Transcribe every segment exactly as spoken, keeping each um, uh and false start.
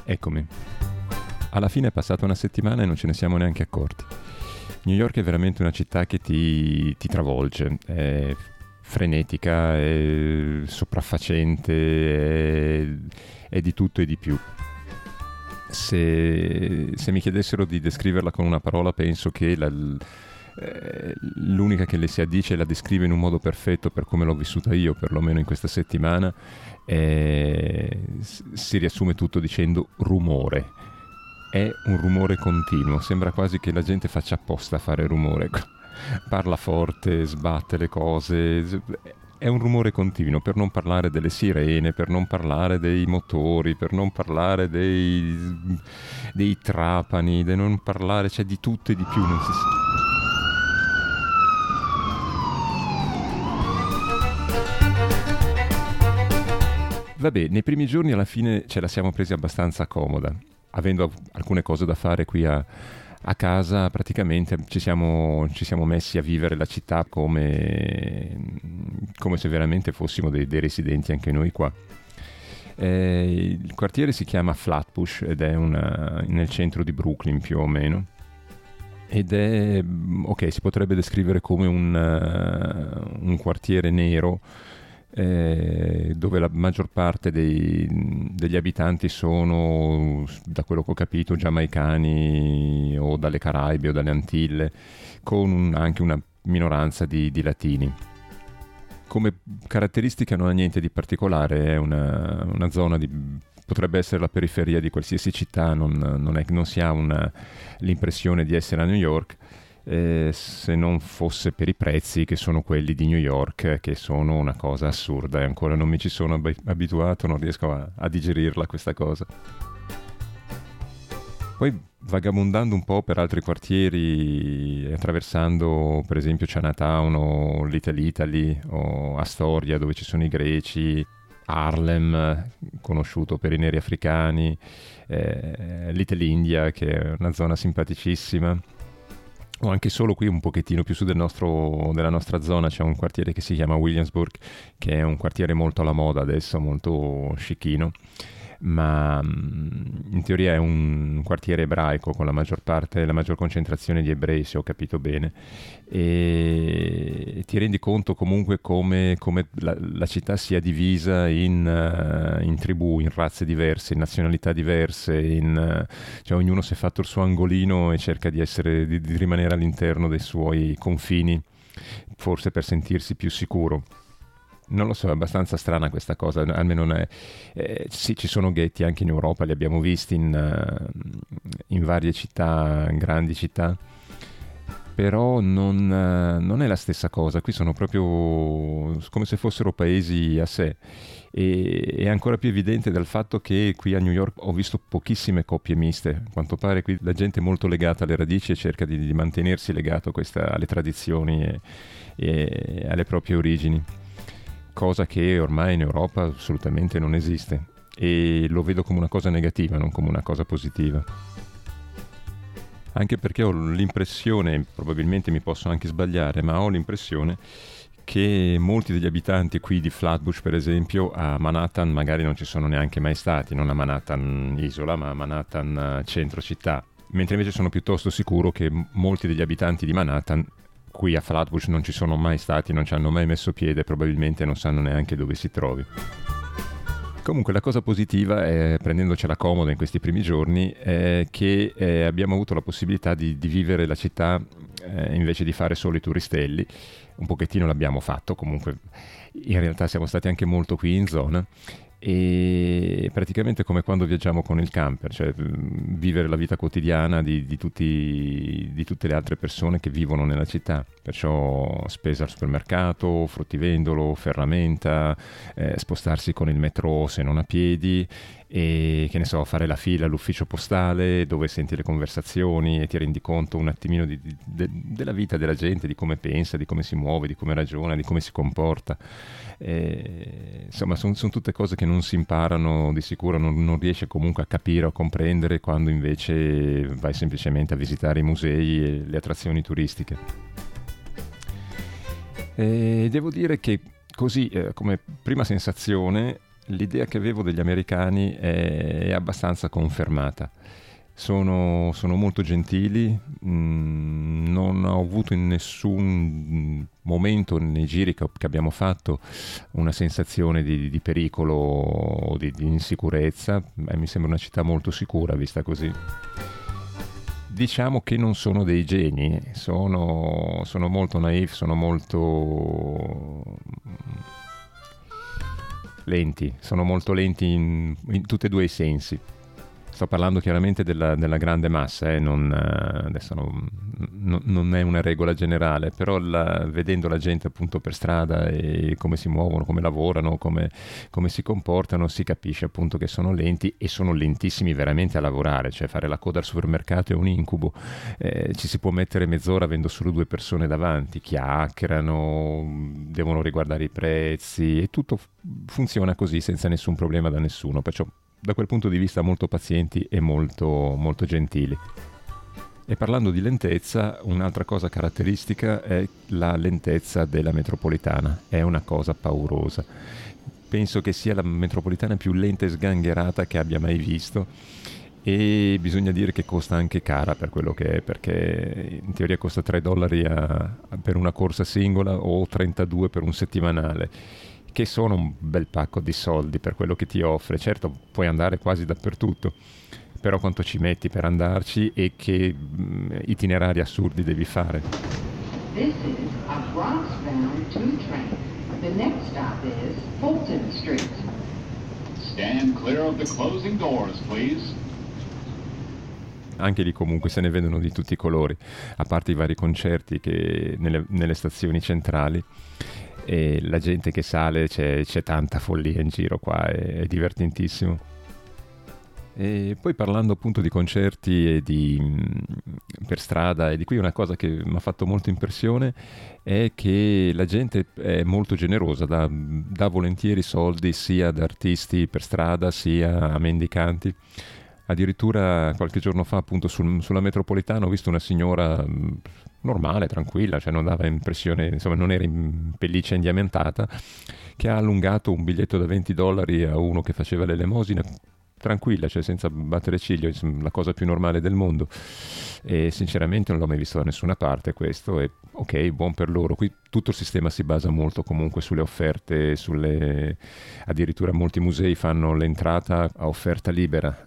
Eccomi. Alla fine è passata una settimana e non ce ne siamo neanche accorti. New York è veramente una città che ti, ti travolge, è frenetica, è sopraffacente, è, è di tutto e di più. Se, se mi chiedessero di descriverla con una parola, penso che la, eh, l'unica che le si addice e la descrive in un modo perfetto per come l'ho vissuta io, perlomeno in questa settimana, è, si riassume tutto dicendo rumore. È un rumore continuo, sembra quasi che la gente faccia apposta a fare rumore, parla forte, sbatte le cose, è un rumore continuo, per non parlare delle sirene, per non parlare dei motori, per non parlare dei, dei trapani, di non parlare, c'è cioè di tutto e di più, non si sa. Vabbè, nei primi giorni alla fine ce la siamo presi abbastanza comoda. Avendo alcune cose da fare qui a, a casa, praticamente ci siamo, ci siamo messi a vivere la città come, come se veramente fossimo dei, dei residenti anche noi qua. Eh, il quartiere si chiama Flatbush ed è una, nel centro di Brooklyn più o meno. Ed è, ok, si potrebbe descrivere come un, uh, un quartiere nero, Eh, dove la maggior parte dei, degli abitanti sono, da quello che ho capito, giamaicani o dalle Caraibe o dalle Antille, con un, anche una minoranza di, di latini. Come caratteristica non ha niente di particolare, è una, una zona di... potrebbe essere la periferia di qualsiasi città, non, non, è, non si ha una, l'impressione di essere a New York. Eh, se non fosse per i prezzi che sono quelli di New York, che sono una cosa assurda e ancora non mi ci sono ab- abituato, non riesco a, a digerirla questa cosa. Poi vagabondando un po' per altri quartieri, attraversando per esempio Chinatown o Little Italy o Astoria dove ci sono i greci, Harlem, conosciuto per i neri africani, eh, Little India che è una zona simpaticissima. O anche solo qui un pochettino più su del nostro, della nostra zona c'è un quartiere che si chiama Williamsburg, che è un quartiere molto alla moda adesso, molto scicchino, ma in teoria è un quartiere ebraico con la maggior parte, la maggior concentrazione di ebrei, se ho capito bene, e ti rendi conto comunque come, come la, la città sia divisa in, uh, in tribù, in razze diverse, in nazionalità diverse, in, uh, cioè ognuno si è fatto il suo angolino e cerca di, essere, di, di rimanere all'interno dei suoi confini, forse per sentirsi più sicuro. Non lo so, è abbastanza strana questa cosa, almeno non è... Eh, sì, ci sono ghetti anche in Europa, li abbiamo visti in, uh, in varie città, in grandi città, però non, uh, non è la stessa cosa, qui sono proprio come se fossero paesi a sé. E è ancora più evidente dal fatto che qui a New York ho visto pochissime coppie miste. A quanto pare qui la gente è molto legata alle radici e cerca di, di mantenersi legato a questa, alle tradizioni e, e alle proprie origini. Cosa che ormai in Europa assolutamente non esiste e lo vedo come una cosa negativa, non come una cosa positiva. Anche perché ho l'impressione, probabilmente mi posso anche sbagliare, ma ho l'impressione che molti degli abitanti qui di Flatbush, per esempio, a Manhattan magari non ci sono neanche mai stati, non a Manhattan isola, ma a Manhattan centro città, mentre invece sono piuttosto sicuro che molti degli abitanti di Manhattan qui a Flatbush non ci sono mai stati, non ci hanno mai messo piede, probabilmente non sanno neanche dove si trovi. Comunque la cosa positiva, è, prendendocela comoda in questi primi giorni, è che eh, abbiamo avuto la possibilità di, di vivere la città eh, invece di fare solo i turistelli. Un pochettino l'abbiamo fatto, comunque in realtà siamo stati anche molto qui in zona e praticamente come quando viaggiamo con il camper, cioè vivere la vita quotidiana di, di, tutti, di tutte le altre persone che vivono nella città, perciò spesa al supermercato, fruttivendolo, ferramenta, eh, spostarsi con il metro se non a piedi e che ne so, fare la fila all'ufficio postale dove senti le conversazioni e ti rendi conto un attimino di, di, de, della vita della gente, di come pensa, di come si muove, di come ragiona, di come si comporta. E, insomma, sono son tutte cose che non si imparano di sicuro, non, non riesci comunque a capire o a comprendere quando invece vai semplicemente a visitare i musei e le attrazioni turistiche. E devo dire che così, eh, come prima sensazione, l'idea che avevo degli americani è, è abbastanza confermata. Sono, sono molto gentili, mh, non ho avuto in nessun momento nei giri che, che abbiamo fatto una sensazione di, di pericolo o di, di insicurezza. Eh, mi sembra una città molto sicura vista così. Diciamo che non sono dei geni, sono, sono molto naif, sono molto lenti, sono molto lenti in, in tutti e due i sensi. Sto parlando chiaramente della, della grande massa, eh, non, adesso non, non, non è una regola generale, però la, vedendo la gente appunto per strada e come si muovono, come lavorano, come, come si comportano, si capisce appunto che sono lenti e sono lentissimi veramente a lavorare, cioè fare la coda al supermercato è un incubo, eh, ci si può mettere mezz'ora avendo solo due persone davanti, chiacchierano, devono riguardare i prezzi e tutto funziona così senza nessun problema da nessuno, perciò da quel punto di vista molto pazienti e molto, molto gentili. E parlando di lentezza, un'altra cosa caratteristica è la lentezza della metropolitana, è una cosa paurosa. Penso che sia la metropolitana più lenta e sgangherata che abbia mai visto e bisogna dire che costa anche cara per quello che è, perché in teoria costa tre dollari a, a, per una corsa singola o trentadue per un settimanale, che sono un bel pacco di soldi per quello che ti offre. Certo, puoi andare quasi dappertutto, però quanto ci metti per andarci e che mh, itinerari assurdi devi fare. This is a Bronx-bound two train. The next stop is Fulton Street. Stand clear of the closing doors, please. Anche lì comunque se ne vedono di tutti i colori, a parte i vari concerti che nelle, nelle stazioni centrali. E la gente che sale, c'è, c'è tanta follia in giro qua, è, è divertentissimo. E poi parlando appunto di concerti e di per strada, e di qui una cosa che mi ha fatto molto impressione è che la gente è molto generosa, dà, dà volentieri soldi sia ad artisti per strada sia a mendicanti. Addirittura qualche giorno fa appunto sul, sulla metropolitana ho visto una signora normale, tranquilla, cioè non dava impressione, insomma non era in pelliccia indiamantata, che ha allungato un biglietto da venti dollari a uno che faceva l'elemosina, tranquilla, cioè senza battere ciglio, insomma, la cosa più normale del mondo. E sinceramente non l'ho mai visto da nessuna parte questo, e ok, buon per loro. Qui tutto il sistema si basa molto comunque sulle offerte, sulle... addirittura molti musei fanno l'entrata a offerta libera,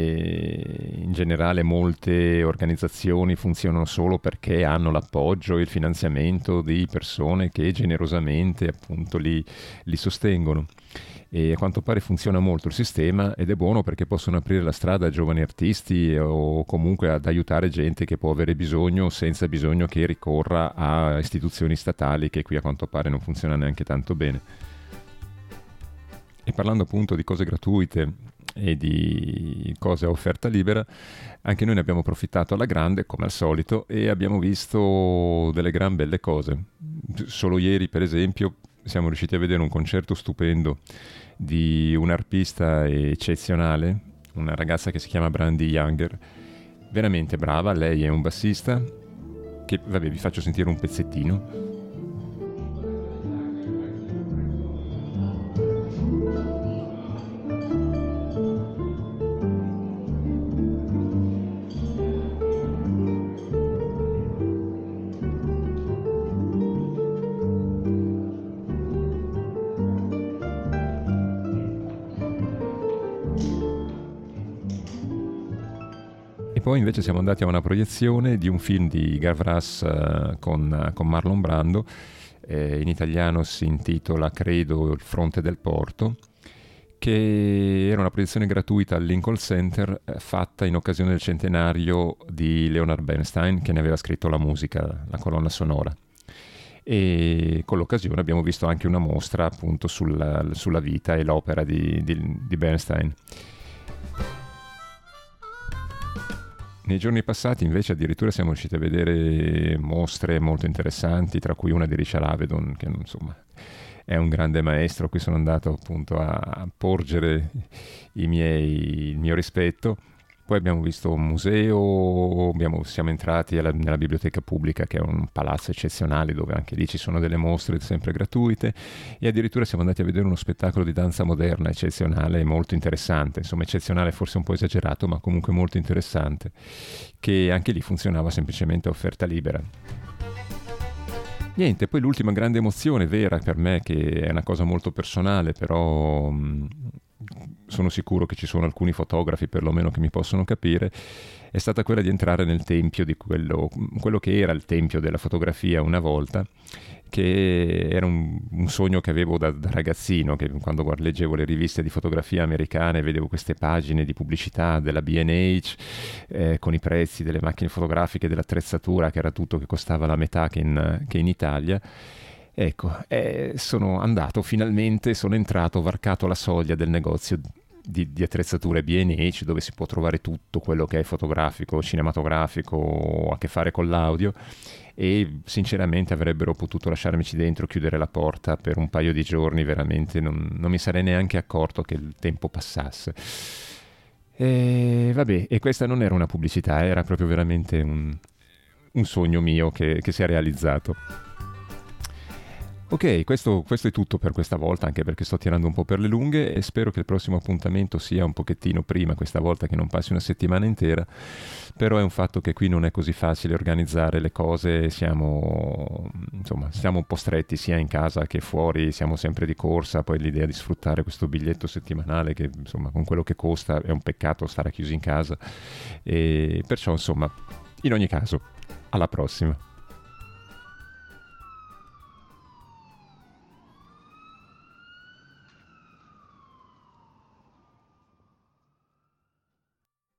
e in generale molte organizzazioni funzionano solo perché hanno l'appoggio e il finanziamento di persone che generosamente appunto li, li sostengono, e a quanto pare funziona molto il sistema ed è buono perché possono aprire la strada a giovani artisti o comunque ad aiutare gente che può avere bisogno senza bisogno che ricorra a istituzioni statali, che qui a quanto pare non funziona neanche tanto bene. E parlando appunto di cose gratuite e di cose a offerta libera, anche noi ne abbiamo approfittato alla grande come al solito e abbiamo visto delle gran belle cose. Solo ieri per esempio siamo riusciti a vedere un concerto stupendo di un'arpista eccezionale, una ragazza che si chiama Brandy Younger, veramente brava. Lei è un bassista che, vabbè, vi faccio sentire un pezzettino. Poi invece siamo andati a una proiezione di un film di Gavras uh, con, uh, con Marlon Brando, eh, in italiano si intitola credo Il fronte del porto, che era una proiezione gratuita al Lincoln Center eh, fatta in occasione del centenario di Leonard Bernstein, che ne aveva scritto la musica, la colonna sonora. E con l'occasione abbiamo visto anche una mostra appunto sulla, sulla vita e l'opera di, di, di Bernstein. Nei giorni passati invece addirittura siamo riusciti a vedere mostre molto interessanti, tra cui una di Richard Avedon, che insomma è un grande maestro. Qui sono andato appunto a porgere i miei, il mio rispetto, Poi abbiamo visto un museo, abbiamo- siamo entrati alla- nella biblioteca pubblica, che è un palazzo eccezionale dove anche lì ci sono delle mostre sempre gratuite, e addirittura siamo andati a vedere uno spettacolo di danza moderna eccezionale e molto interessante, insomma eccezionale forse un po' esagerato, ma comunque molto interessante, che anche lì funzionava semplicemente a offerta libera. Niente, poi l'ultima grande emozione vera per me, che è una cosa molto personale, però mh, sono sicuro che ci sono alcuni fotografi perlomeno che mi possono capire, è stata quella di entrare nel tempio di quello, quello che era il tempio della fotografia una volta, che era un, un sogno che avevo da, da ragazzino, che quando guard- leggevo le riviste di fotografia americane vedevo queste pagine di pubblicità della B and H, eh, con i prezzi delle macchine fotografiche, dell'attrezzatura, che era tutto che costava la metà che in, che in Italia. Ecco, eh, sono andato finalmente, sono entrato, ho varcato la soglia del negozio di, di attrezzature B and H, dove si può trovare tutto quello che è fotografico, cinematografico, a che fare con l'audio, e sinceramente avrebbero potuto lasciarmici dentro, chiudere la porta per un paio di giorni, veramente non, non mi sarei neanche accorto che il tempo passasse. E vabbè, e questa non era una pubblicità, era proprio veramente un, un sogno mio che, che si è realizzato. Ok, questo, questo è tutto per questa volta, anche perché sto tirando un po' per le lunghe, e spero che il prossimo appuntamento sia un pochettino prima, questa volta, che non passi una settimana intera, però è un fatto che qui non è così facile organizzare le cose, siamo, insomma, siamo un po' stretti sia in casa che fuori, siamo sempre di corsa, poi l'idea di sfruttare questo biglietto settimanale, che insomma con quello che costa è un peccato stare chiusi in casa, e perciò insomma, in ogni caso, alla prossima.